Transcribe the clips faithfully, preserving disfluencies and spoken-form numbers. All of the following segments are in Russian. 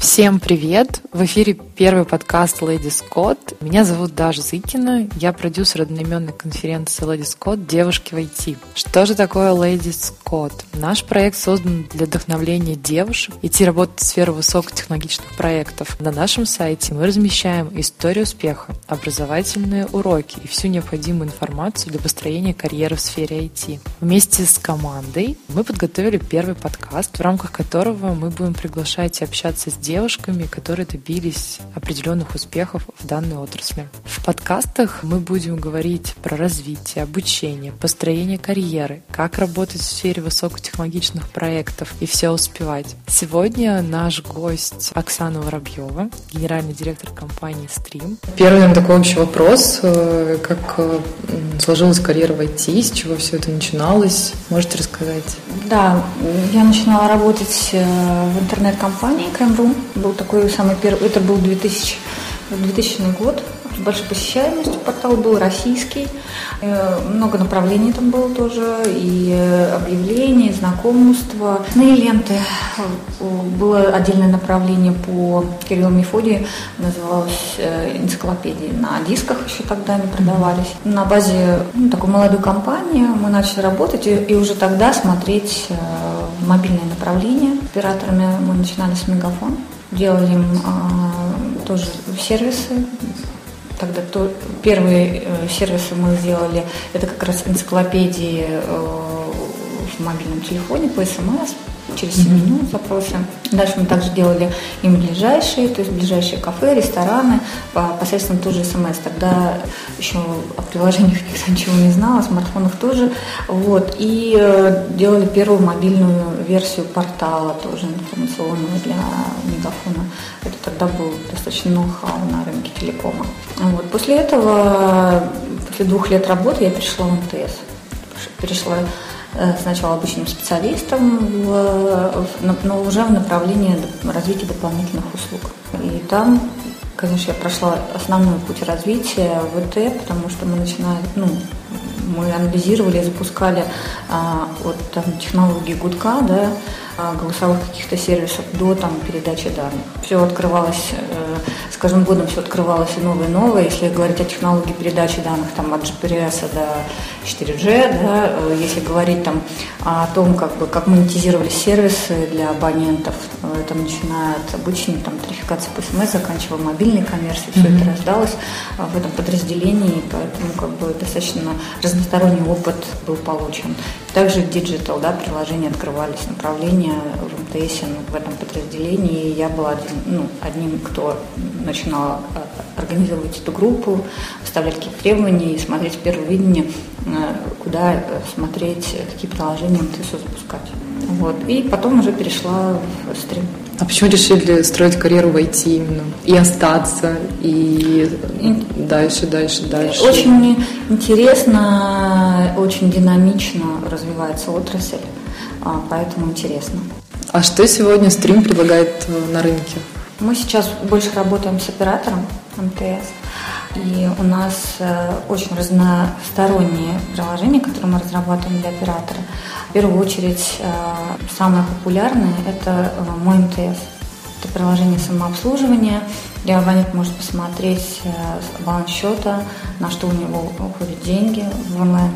Всем привет! В эфире первый подкаст Ladies Code. Меня зовут Даша Зыкина, я продюсер одноименной конференции Ladies Code «Девушки в ай ти». Что же такое Ladies Code? Наш проект создан для вдохновления девушек идти работать в сферу высокотехнологичных проектов. На нашем сайте мы размещаем историю успеха, образовательные уроки и всю необходимую информацию для построения карьеры в сфере ай ти. Вместе с командой мы подготовили первый подкаст, в рамках которого мы будем приглашать и общаться с девушками, которые добились определенных успехов в данной отрасли. В подкастах мы будем говорить про развитие, обучение, построение карьеры, как работать в сфере высокотехнологичных проектов и все успевать. Сегодня наш гость Оксана Воробьева, генеральный директор компании Stream. Первый, наверное, такой общий вопрос. Как сложилась карьера в ай ти, с чего все это начиналось? Можете рассказать? Да, я начинала работать в интернет-компании Крем.ру. Был такой самый первый, это был двухтысячный год, с большой посещаемостью, портал был российский, много направлений там было тоже, и объявления, и знакомства. Основные ленты, было отдельное направление по Кириллу Мефодию, называлось энциклопедии, на дисках еще тогда они продавались. На базе ну, такой молодой компании мы начали работать, и, и уже тогда смотреть мобильное направление. Операторами мы начинали с Мегафон, делали им а, тоже сервисы. Тогда то, первые э, сервисы мы сделали, это как раз энциклопедии э, в мобильном телефоне по эс эм эс, через семь минут запросы. Дальше мы также делали им ближайшие, то есть ближайшие кафе, рестораны, посредством тоже эс эм эс. Тогда еще о приложениях никто ничего не знал, о смартфонах тоже. Вот. И э, делали первую мобильную версию портала, тоже информационного для Мегафона. Это тогда был достаточно ноу-хау на рынке телекома. Вот. После этого, после двух лет работы, я перешла в эм тэ эс. Перешла сначала обычным специалистом, в, но уже в направлении развития дополнительных услуг. И там, конечно, я прошла основной путь развития в ай ти, потому что мы начинали, ну, мы анализировали, запускали а, от там, технологии гудка, да, голосовых каких-то сервисов до там, передачи данных. Все открывалось, э, с каждым годом все открывалось и новое и новое. Если говорить о технологии передачи данных там, от джи пи эр эс до четыре джи, да, э, если говорить там, о том, как, бы, как монетизировались сервисы для абонентов, э, это начиная от обычной там, тарификации по эс эм эс, заканчивая мобильной коммерцией, все mm-hmm. это рождалось э, в этом подразделении, поэтому как бы, достаточно разносторонний опыт был получен. Также диджитал, да, приложения открывались, направления в эм тэ эс в этом подразделении. Я была один, ну, одним, кто начинал организовывать эту группу, выставлять какие-то требования и смотреть первое видение, куда смотреть, какие приложения эм тэ эс запускать. Вот. И потом уже перешла в Stream. А почему решили строить карьеру в ай ти именно? И остаться, и, и дальше, дальше, дальше? Очень интересно, очень динамично развивается отрасль, поэтому интересно. А что сегодня Stream предлагает на рынке? Мы сейчас больше работаем с оператором эм тэ эс. И у нас очень разносторонние приложения, которые мы разрабатываем для оператора. В первую очередь, самое популярное – это «Мой эм тэ эс». Это приложение самообслуживания, где абонент может посмотреть баланс счета, на что у него уходят деньги в онлайн,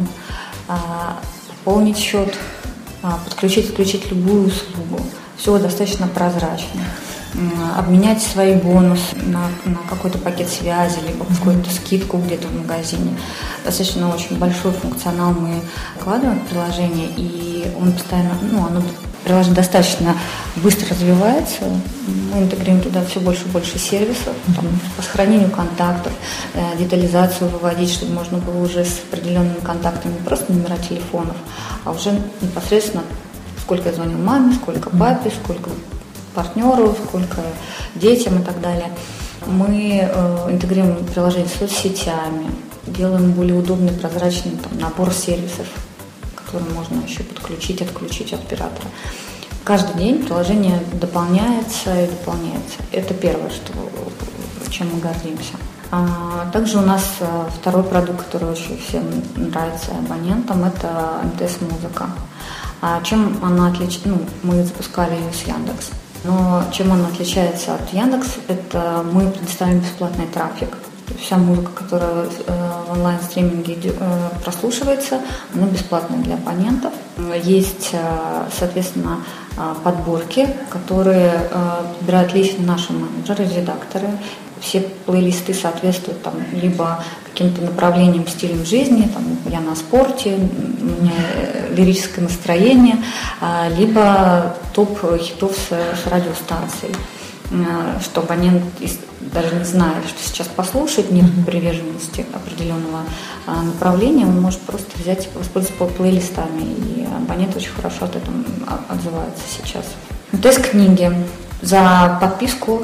пополнить счет, подключить, отключить любую услугу. Все достаточно прозрачно. Обменять свои бонусы на, на какой-то пакет связи, либо какую-то скидку где-то в магазине. Достаточно очень большой функционал мы вкладываем в приложение, и он постоянно, ну, оно, приложение достаточно быстро развивается. Мы интегрируем туда все больше и больше сервисов, там, по сохранению контактов, э, детализацию выводить, чтобы можно было уже с определенными контактами не просто номера телефонов, а уже непосредственно сколько я звонил маме, сколько папе, сколько партнеру, сколько детям и так далее. Мы э, интегрируем приложение с соцсетями, делаем более удобный, прозрачный там, набор сервисов, которые можно еще подключить, отключить от оператора. Каждый день приложение дополняется и дополняется. Это первое, что, чем мы гордимся. А также у нас второй продукт, который очень всем нравится абонентам, это эм тэ эс-музыка. А чем она отличается? Ну, мы запускали ее с Яндекс. Но чем он отличается от Яндекс, это мы предоставим бесплатный трафик. Вся музыка, которая в онлайн-стриминге прослушивается, она бесплатная для абонентов. Есть, соответственно, подборки, которые подбирают лично наши менеджеры, редакторы. Все плейлисты соответствуют там, либо каким-то направлениям, стилям жизни, там, я на спорте, у меня лирическое настроение, либо топ хитов с, с радиостанций, что абонент даже не зная, что сейчас послушать, нет приверженности определенного направления, он может просто взять и воспользоваться плейлистами, и абонент очень хорошо от этого отзывается сейчас. Тест книги. За подписку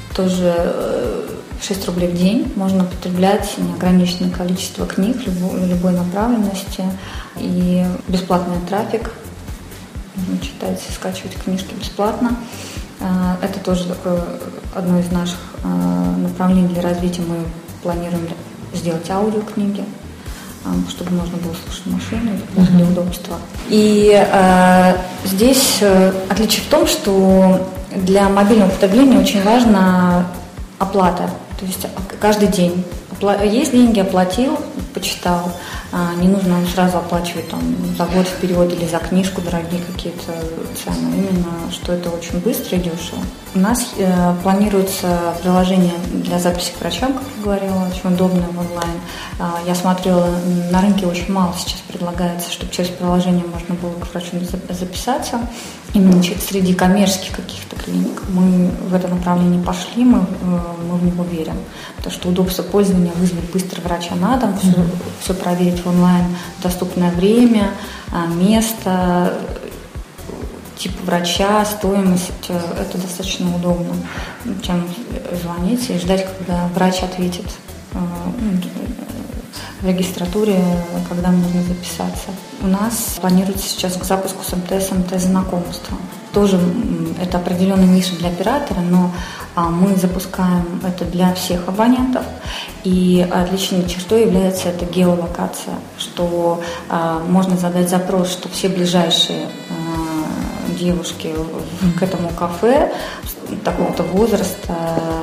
тоже шесть рублей в день можно потреблять неограниченное количество книг любой, любой направленности и бесплатный трафик. Можно читать, скачивать книжки бесплатно. Это тоже такое одно из наших направлений для развития. Мы планируем сделать аудиокниги, чтобы можно было слушать в машине, даже для удобства. И э, здесь отличие в том, что для мобильного потребления очень важна оплата. То есть каждый день. Есть деньги, оплатил, почитал. Не нужно сразу оплачивать там, за год вперед или за книжку дорогие какие-то цены. Именно, что это очень быстро и дешево. У нас э, планируется приложение для записи к врачам, как я говорила, очень удобное в онлайн. Э, я смотрела, на рынке очень мало сейчас предлагается, чтобы через приложение можно было к врачу записаться. Именно среди коммерческих каких-то клиник мы в это направление пошли, мы, мы в него верим. Потому что удобство пользования, вызвать быстро врача на дом, все, mm-hmm. все проверить в онлайн, доступное время, место, тип врача, стоимость, это достаточно удобно, чем звонить и ждать, когда врач ответит в регистратуре, когда можно записаться. У нас планируется сейчас к запуску с эм тэ эс, эм тэ эс знакомства. Тоже это определенная ниша для оператора, но а, мы запускаем это для всех абонентов. И отличной чертой является это геолокация, что а, можно задать запрос, что все ближайшие а, девушки mm-hmm. к этому кафе такого-то возраста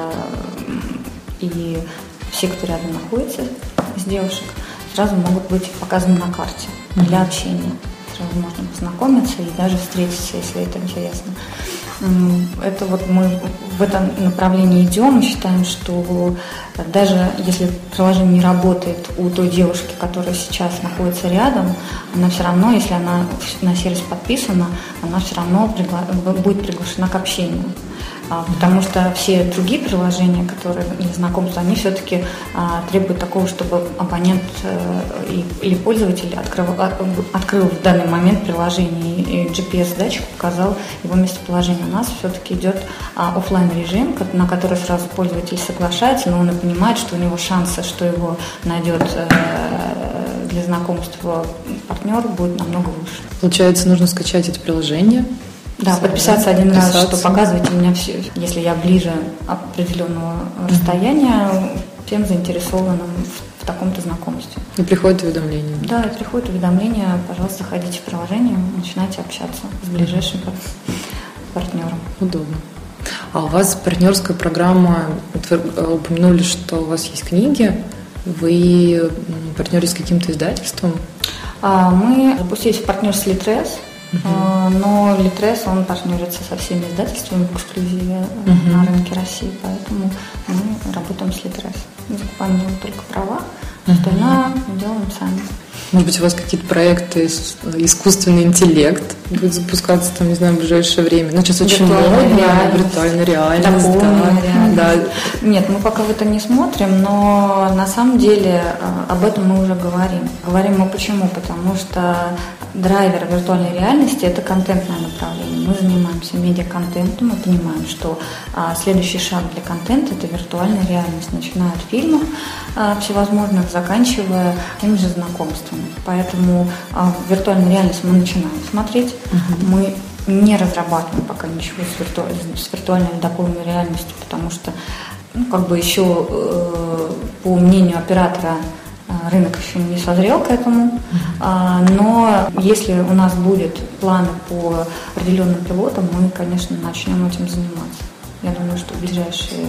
и все, кто рядом находится с девушек, сразу могут быть показаны на карте mm-hmm. для общения. Сразу можно познакомиться и даже встретиться, если это интересно. Это вот мы в этом направлении идем и считаем, что даже если приложение не работает у той девушки, которая сейчас находится рядом, она все равно, если она на сервис подписана, она все равно пригла- будет приглашена к общению. Потому что все другие приложения, которые для знакомства, они все-таки а, требуют такого, чтобы абонент а, и, или пользователь открыл, открыл в данный момент приложение и джи пи эс-датчик показал его местоположение. У нас все-таки идет а, офлайн режим, на который сразу пользователь соглашается, но он и понимает, что у него шансы, что его найдет а, для знакомства партнер, будет намного выше. Получается, нужно скачать это приложение. Да, подписаться один раз, что показывайте меня все, если я ближе определенного mm-hmm. расстояния, всем заинтересованным в, в таком-то знакомстве. И приходит уведомление. Да, и приходит уведомление, пожалуйста, заходите в приложение, начинайте общаться с ближайшим mm-hmm. партнером. Удобно. А у вас партнерская программа, вы упомянули, что у вас есть книги, вы партнеритесь с каким-то издательством? А, мы запустились в партнерстве с Литрес. Uh-huh. Но Литрес, он партнерится со всеми издательствами в эксклюзиве uh-huh. на рынке России, поэтому мы работаем с Литрес. Мы закупаем только права, uh-huh. остальное мы делаем сами. Может быть, у вас какие-то проекты, искусственный интеллект будет запускаться, там, не знаю, в ближайшее время? Ну, сейчас очень модно, виртуальная реальность. Да, реальность. Да. Нет, мы пока в это не смотрим, но на самом деле об этом мы уже говорим. Говорим мы почему? Потому что драйвер виртуальной реальности – это контентное направление. Мы занимаемся медиаконтентом, мы понимаем, что а, следующий шаг для контента – это виртуальная реальность, начиная от фильмов а, всевозможных, заканчивая теми же знакомствами. Поэтому а, виртуальную реальность мы начинаем смотреть. Uh-huh. Мы не разрабатываем пока ничего с, вирту... с виртуальной или дополненной реальностью, потому что, ну, как бы еще, э, по мнению оператора, Рынок еще не созрел к этому, но если у нас будут планы по определенным пилотам, мы, конечно, начнем этим заниматься. Я думаю, что в ближайшие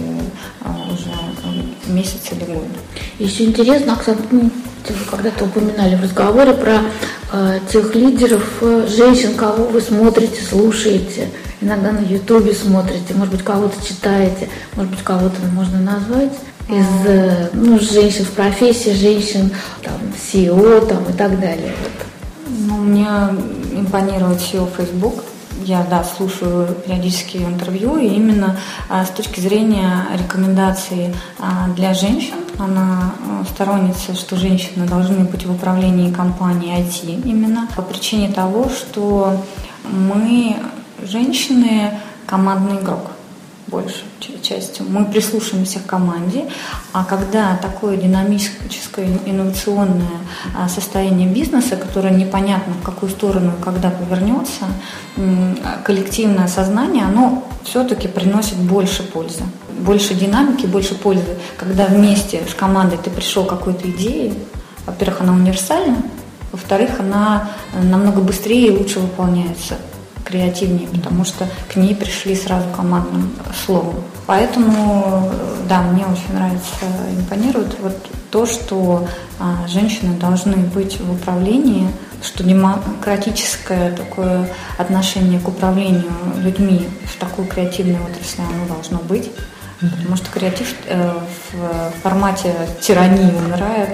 уже месяцы или годы. Еще интересно, Оксана, вы когда-то упоминали в разговоре про э, тех лидеров, э, женщин, кого вы смотрите, слушаете, иногда на Ютубе смотрите, может быть, кого-то читаете, может быть, кого-то можно назвать из э, ну, женщин в профессии, женщин, там, си и о там, и так далее. Вот. Ну, мне импонирует си и о Facebook. Я, да, слушаю периодически интервью, и именно а, с точки зрения рекомендаций а, для женщин, она а, сторонница, что женщины должны быть в управлении компанией ай ти, именно по причине того, что мы, женщины, командный игрок. Большей частью. Мы прислушиваемся к команде, а когда такое динамическое, инновационное состояние бизнеса, которое непонятно в какую сторону и когда повернется, коллективное сознание, оно все-таки приносит больше пользы. Больше динамики, больше пользы. Когда вместе с командой ты пришел к какой-то идее, во-первых, она универсальна, во-вторых, она намного быстрее и лучше выполняется, креативнее, потому что к ней пришли сразу командным словом. Поэтому, да, мне очень нравится, импонирует вот то, что а, женщины должны быть в управлении, что демократическое такое отношение к управлению людьми в такой креативной отрасли оно должно быть, потому что креатив э, в формате тирании умирает.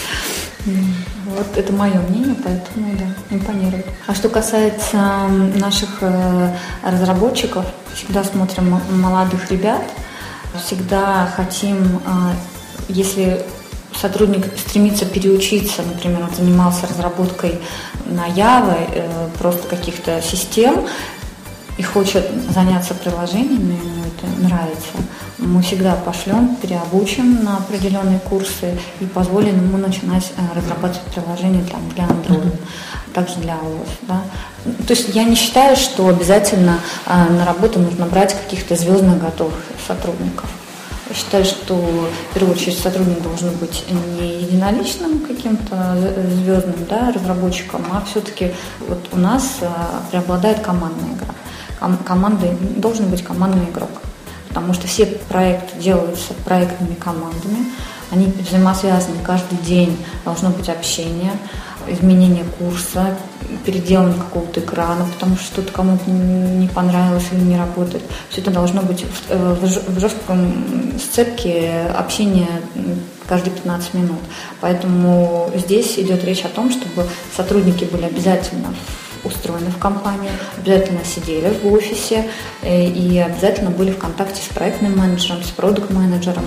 Вот это мое мнение, поэтому, да, импонирует. А что касается наших э, разработчиков, всегда смотрим молодых ребят, всегда хотим, э, если сотрудник стремится переучиться, например, он занимался разработкой на Java, э, просто каких-то систем, и хочет заняться приложениями, ему это нравится, мы всегда пошлем, переобучим на определенные курсы и позволим ему начинать разрабатывать приложения там, для Android, также для iOS. Да. То есть я не считаю, что обязательно а, на работу нужно брать каких-то звездных готовых сотрудников. Я считаю, что в первую очередь сотрудник должен быть не единоличным каким-то звездным, да, разработчиком, а все-таки вот у нас а, преобладает командная игра. Команды, должен быть командный игрок, потому что все проекты делаются проектными командами, они взаимосвязаны, каждый день должно быть общение, изменение курса, переделывание какого-то экрана, потому что что-то кому-то не понравилось или не работает. Все это должно быть в жестком сцепке общения каждые пятнадцать минут. Поэтому здесь идет речь о том, чтобы сотрудники были обязательно устроены в компании, обязательно сидели в офисе и обязательно были в контакте с проектным менеджером, с продакт-менеджером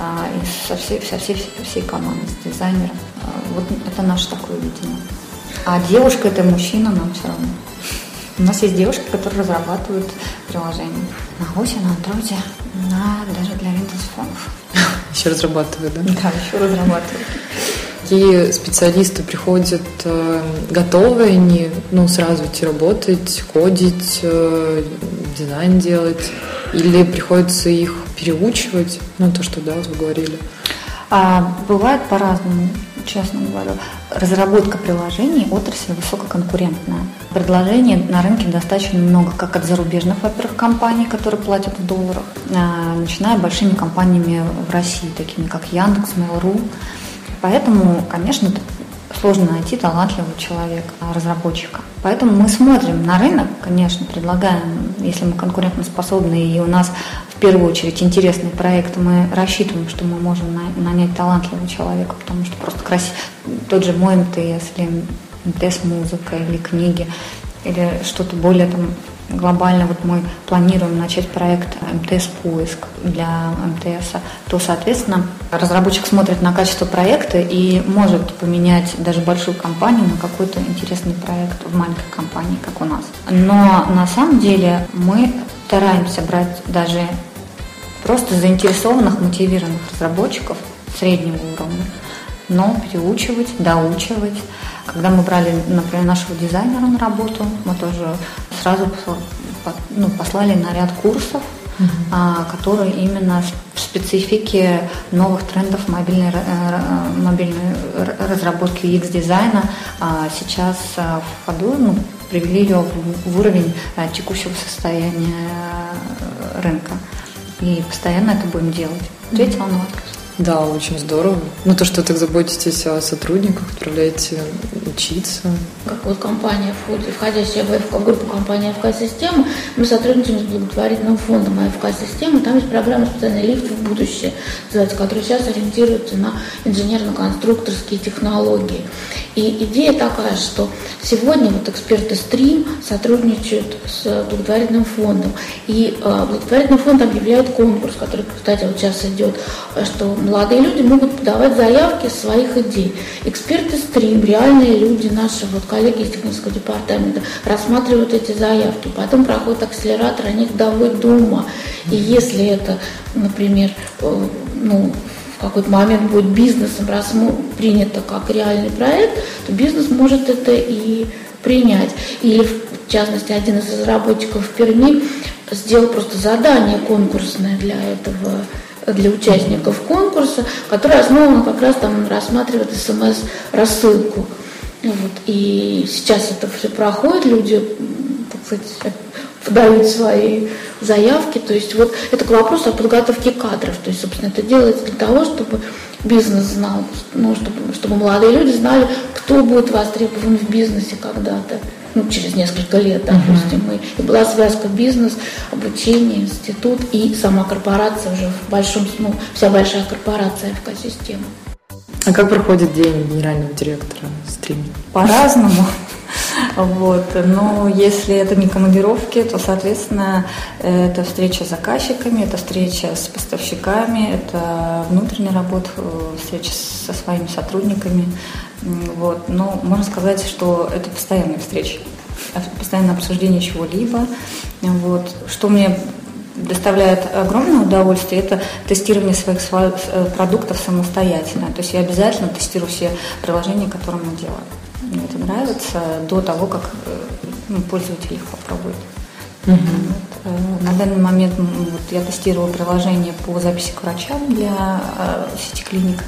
и со всей, со всей, всей командой, с дизайнером. Вот это наше такое видение. А девушка – это мужчина, нам все равно. У нас есть девушки, которые разрабатывают приложения на iOS, на Android, на, даже для Windows Phone. Еще разрабатывают, да? Да, еще разрабатывают. Какие специалисты приходят э, готовые, они ну, сразу идти работать, кодить, э, дизайн делать, или приходится их переучивать, ну то, что да, вот вы говорили? А, бывает по-разному, честно говорю. Разработка приложений – отрасль высококонкурентная. Предложений на рынке достаточно много, как от зарубежных, во-первых, компаний, которые платят в долларах, а, начиная большими компаниями в России, такими как Яндекс, Mail.ru. Поэтому, конечно, сложно найти талантливого человека, разработчика. Поэтому мы смотрим на рынок, конечно, предлагаем, если мы конкурентоспособны и у нас в первую очередь интересный проект, мы рассчитываем, что мы можем нанять талантливого человека, потому что просто красив... тот же мой эм тэ эс или эм тэ эс-музыка или книги или что-то более там глобально, вот мы планируем начать проект эм тэ эс-поиск для эм тэ эс, то, соответственно, разработчик смотрит на качество проекта и может поменять даже большую компанию на какой-то интересный проект в маленькой компании, как у нас. Но на самом деле мы стараемся брать даже просто заинтересованных, мотивированных разработчиков среднего уровня, но переучивать, доучивать. Когда мы брали, например, нашего дизайнера на работу, мы тоже сразу ну, послали на ряд курсов, uh-huh. а, которые именно специфике новых трендов мобильной, мобильной разработки ю экс-дизайна сейчас в ходу, ну, привели ее в уровень текущего состояния рынка. И постоянно это будем делать. Ответила на вопрос. Да, очень здорово. Ну, то, что вы так заботитесь о сотрудниках, отправляете учиться. Как вот компания, входящая в АФК, группу компании АФК-система, мы сотрудничаем с благотворительным фондом АФК-системы. Там есть программа «Специальный лифт в будущее», называется, которая сейчас ориентируется на инженерно-конструкторские технологии. И идея такая, что сегодня вот эксперты стрим сотрудничают с благотворительным фондом. И э, благотворительный фонд объявляет конкурс, который, кстати, вот сейчас идет, что молодые люди могут подавать заявки своих идей. Эксперты стрим, реальные люди, наши вот коллеги из технического департамента рассматривают эти заявки. Потом проходит акселератор, они их доводят до ума. И если это, например, э, ну, в какой-то момент будет бизнесом принято как реальный проект, то бизнес может это и принять. Или, в частности, один из разработчиков в Перми сделал просто задание конкурсное для этого, для участников конкурса, которое основано как раз там, рассматривает эс-эм-эс-рассылку. Вот. И сейчас это все проходит, люди, так сказать, подают свои заявки. То есть вот это к вопросу о подготовке кадров. То есть, собственно, это делается для того, чтобы бизнес знал, ну, чтобы, чтобы молодые люди знали, кто будет востребован в бизнесе когда-то, ну, через несколько лет, допустим. Uh-huh. И была связка бизнес, обучение, институт и сама корпорация уже в большом, ну, вся большая корпорация АФК-система. А как проходит день генерального директора стрима? По-разному. Вот. Но если это не командировки, то, соответственно, это встреча с заказчиками, это встреча с поставщиками, это внутренняя работа, встреча со своими сотрудниками. Вот. Но можно сказать, что это постоянные встречи, постоянное обсуждение чего-либо. Вот. Что мне доставляет огромное удовольствие, это тестирование своих продуктов самостоятельно. То есть я обязательно тестирую все приложения, которые мы делаем. Мне это нравится до того, как, ну, пользователь их попробует. Uh-huh. Вот. На данный момент вот, я тестировала приложение по записи к врачам для э, сети клиник.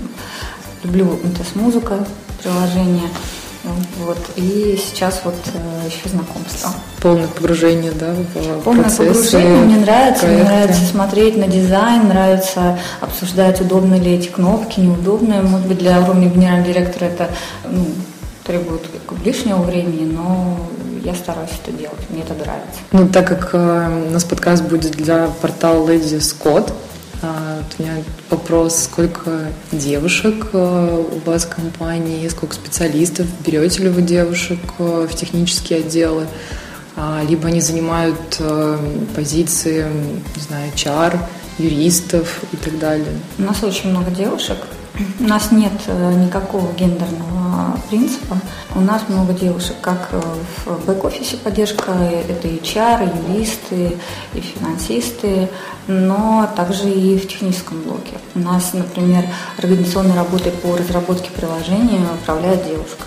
Люблю эм тэ эс-музыка, приложение. Вот. И сейчас вот э, еще знакомство. Полное погружение, да, в Полное процессы, погружение. Мне нравится. проекты. Мне нравится смотреть на дизайн, нравится обсуждать, удобны ли эти кнопки, неудобные. Может быть, для уровня генерального директора это, ну, требует лишнего времени, но я стараюсь это делать, мне это нравится. Ну, так как э, у нас подкаст будет для портала Ladies Code, э, у меня вопрос, сколько девушек э, у вас в компании, сколько специалистов, берете ли вы девушек э, в технические отделы, э, либо они занимают э, позиции, не знаю, эйч ар, юристов и так далее? У нас очень много девушек. У нас нет никакого гендерного принципа. У нас много девушек, как в бэк-офисе поддержка, это эйч ар, юристы и финансисты, но также и в техническом блоке. У нас, например, организационной работой по разработке приложения управляет девушка.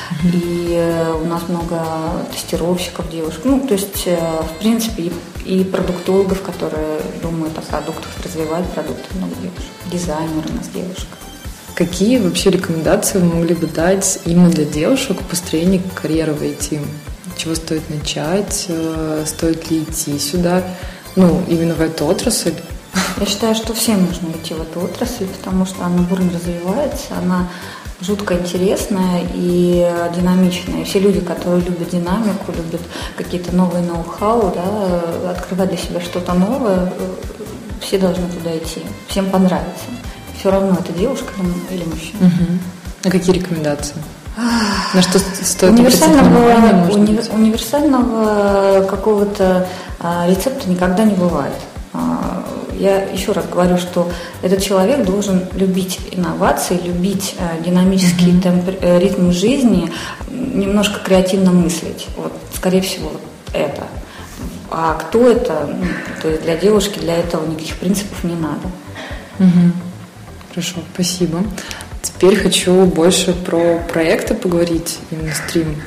И у нас много тестировщиков девушек. Ну, то есть, в принципе, и, и продуктологов, которые думают о продуктах, развивают продукты, много девушек. Дизайнеры у нас девушка. Какие вообще рекомендации вы могли бы дать именно для девушек в построении карьеры в ай ти? Чего стоит начать? Стоит ли идти сюда? Ну, именно в эту отрасль? Я считаю, что всем нужно идти в эту отрасль, потому что она бурно развивается, она жутко интересная и динамичная. И все люди, которые любят динамику, любят какие-то новые ноу-хау, да, открывать для себя что-то новое, все должны туда идти. Всем понравится. Все равно, это девушка или мужчина. Угу. А какие рекомендации? На что стоит универсального, уни, универсального какого-то а, рецепта никогда не бывает. А, я еще раз говорю, что этот человек должен любить инновации, любить а, динамический mm-hmm. темп, ритм жизни, немножко креативно мыслить. Вот, скорее всего, вот это. А кто это? Ну, то есть для девушки для этого никаких принципов не надо. Mm-hmm. Хорошо, спасибо. Теперь хочу больше про проекты поговорить, именно стрим.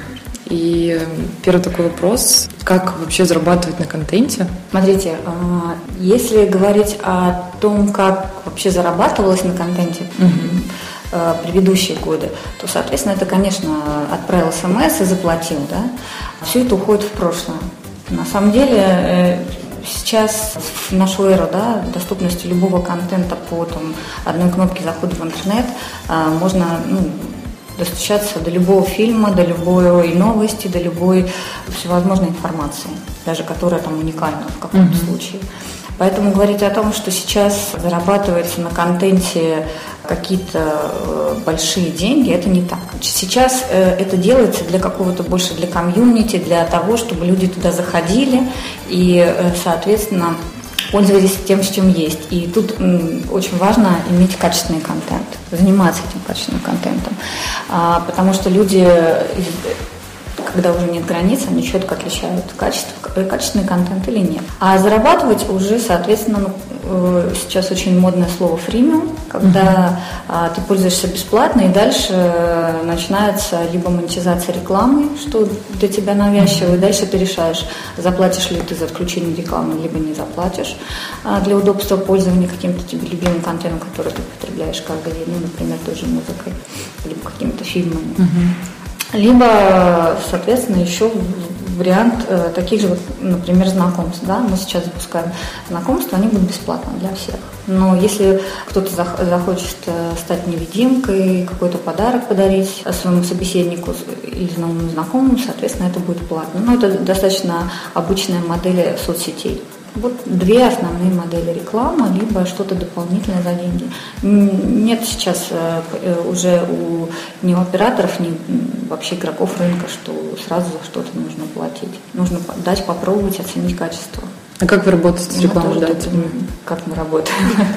И первый такой вопрос, как вообще зарабатывать на контенте? Смотрите, если говорить о том, как вообще зарабатывалось на контенте uh-huh. предыдущие годы, то, соответственно, это, конечно, отправил смс и заплатил, да? Все это уходит в прошлое. На самом деле, сейчас в нашу эру, да, доступности любого контента по там, одной кнопке захода в интернет можно, ну, достучаться до любого фильма, до любой новости, до любой всевозможной информации, даже которая там уникальна в каком-то mm-hmm. случае. Поэтому говорить о том, что сейчас зарабатывается на контенте какие-то большие деньги, это не так. Сейчас это делается для какого-то больше для комьюнити, для того, чтобы люди туда заходили и, соответственно, пользовались тем, с чем есть. И тут м, очень важно иметь качественный контент, заниматься этим качественным контентом. А, потому что люди, когда уже нет границ, они четко отличают качество, качественный контент или нет. А зарабатывать уже, соответственно, ну, сейчас очень модное слово фримиум, когда uh-huh. ты пользуешься бесплатно, и дальше начинается либо монетизация рекламы, что для тебя навязчиво, uh-huh. и дальше ты решаешь, заплатишь ли ты за отключение рекламы, либо не заплатишь для удобства пользования каким-то тебе любимым контентом, который ты потребляешь каждый день, ну, например, той же музыкой, либо какими-то фильмами. Uh-huh. Либо, соответственно, еще вариант э, таких же, вот, например, знакомств. Да? Мы сейчас запускаем знакомства, они будут бесплатно для всех. Но если кто-то зах- захочет э, стать невидимкой, какой-то подарок подарить своему собеседнику или новому знакомому, соответственно, это будет платно. Но это достаточно обычная модель соцсетей. Вот две основные модели рекламы, либо что-то дополнительное за деньги. Нет сейчас уже у ни операторов, ни вообще игроков рынка, что сразу за что-то нужно платить. Нужно дать, попробовать, оценить качество. А как вы работаете с рекламодателями? Как мы работаем?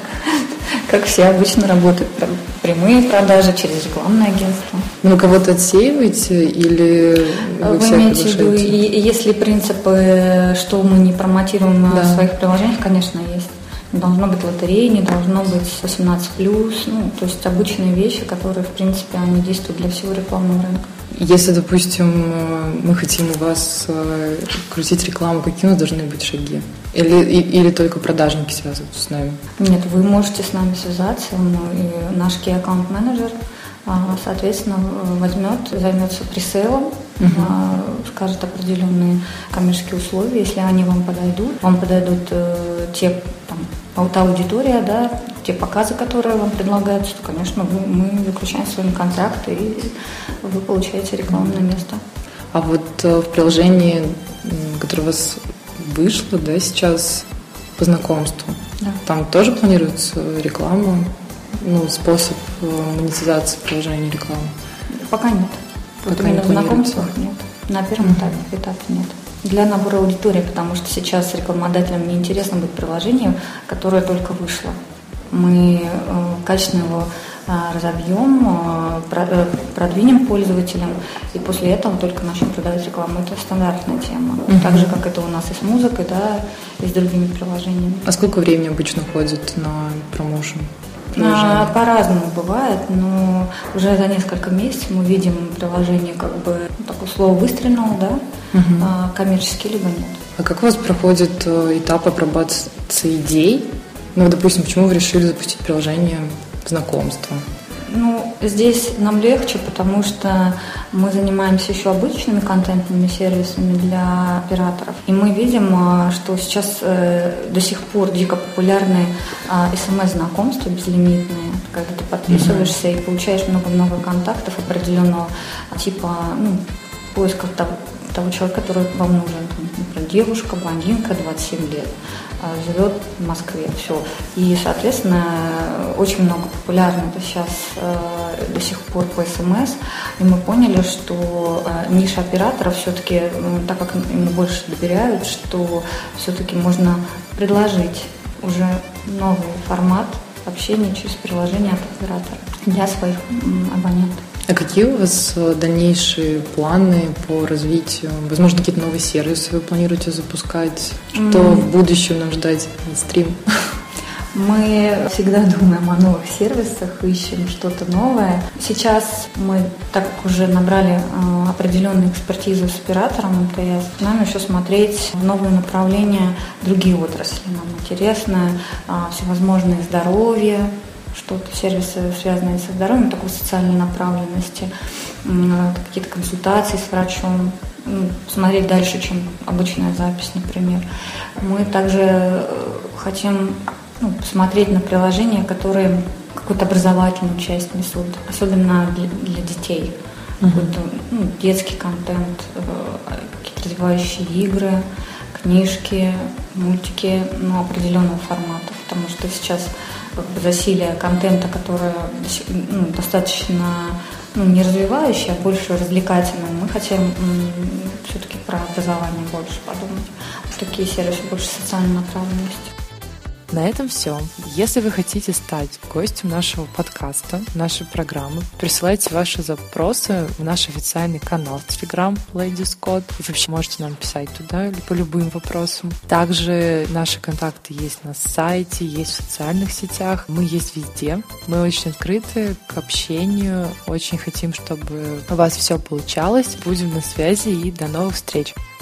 Как все обычно работают. Прямые продажи через рекламное агентство. Ну, кого-то отсеиваете или вы, вы всех имеете в виду, приглашаете? Если принципы, что мы не промотируем да. в своих приложениях, конечно, есть. Не должно быть лотереи, не должно быть восемнадцать плюс. Ну, то есть обычные вещи, которые, в принципе, они действуют для всего рекламного рынка. Если, допустим, мы хотим у вас крутить рекламу, какие у нас должны быть шаги? Или, или только продажники связываются с нами? Нет, вы можете с нами связаться, и наш key аккаунт менеджер, соответственно, возьмет, займется пресейлом, uh-huh. скажет определенные коммерческие условия, если они вам подойдут. Вам подойдут те, там, та аудитория, да, те показы, которые вам предлагаются, то, конечно, вы, мы заключаем с вами контракт, и вы получаете рекламное место. А вот в приложении, которое у вас вышло, да, сейчас по знакомству, да. там тоже планируется реклама, ну, способ монетизации приложения рекламы? Пока нет. Вот именно в знакомствах нет. На первом mm-hmm. этапе, этапе нет. Для набора аудитории, потому что сейчас рекламодателям неинтересно быть приложением, которое только вышло. Мы э, качественно его э, разобьем, э, про, продвинем пользователям, и после этого только начнем продавать рекламу. Это стандартная тема. Uh-huh. Так же, как это у нас и с музыкой, да, и с другими приложениями. А сколько времени обычно уходит на промоушен? А, по-разному бывает, но уже за несколько месяцев мы видим приложение, как бы, ну, такое слово выстрелило, да, uh-huh. а, коммерчески, либо нет. А как у вас проходит этап обрабатывания идей? Ну, допустим, почему вы решили запустить приложение знакомства? Ну, здесь нам легче, потому что мы занимаемся еще обычными контентными сервисами для операторов. И мы видим, что сейчас э, до сих пор дико популярны э, смс-знакомства безлимитные, когда ты подписываешься mm-hmm. и получаешь много-много контактов определенного типа, ну, поиска того, того человека, который вам нужен. Например, девушка, блондинка, двадцать семь лет. Живет в Москве, все. И, соответственно, очень много популярно это сейчас э, до сих пор по СМС. И мы поняли, что э, ниша операторов все-таки, э, так как ему больше доверяют, что все-таки можно предложить уже новый формат общения через приложение от оператора для своих м, абонентов. А какие у вас дальнейшие планы по развитию? Возможно, какие-то новые сервисы вы планируете запускать? Что mm. в будущем нам ждать? Стрим? Мы всегда думаем о новых сервисах, ищем что-то новое. Сейчас мы, так как уже набрали э, определенную экспертизу с оператором МТС, начинаем еще смотреть в новые направления, другие отрасли. Нам интересно э, всевозможные здоровье, что-то, сервисы, связанные со здоровьем, такой социальной направленности, э, какие-то консультации с врачом. Смотреть дальше, чем обычная запись, например. Мы также хотим ну, посмотреть на приложения, которые какую-то образовательную часть несут, особенно для, для детей. Mm-hmm. Какой-то ну, детский контент, какие-то развивающие игры, книжки, мультики ну, определенного формата, потому что сейчас засилие контента, которое ну, достаточно ну, не развивающее, а больше развлекательное. Мы хотим м, все-таки про образование больше подумать. Такие сервисы больше социальной направленности. На этом все. Если вы хотите стать гостем нашего подкаста, нашей программы, присылайте ваши запросы в наш официальный канал в Telegram Ladies Code. И вообще можете нам писать туда или по любым вопросам. Также наши контакты есть на сайте, есть в социальных сетях. Мы есть везде. Мы очень открыты к общению. Очень хотим, чтобы у вас все получалось. Будем на связи и до новых встреч.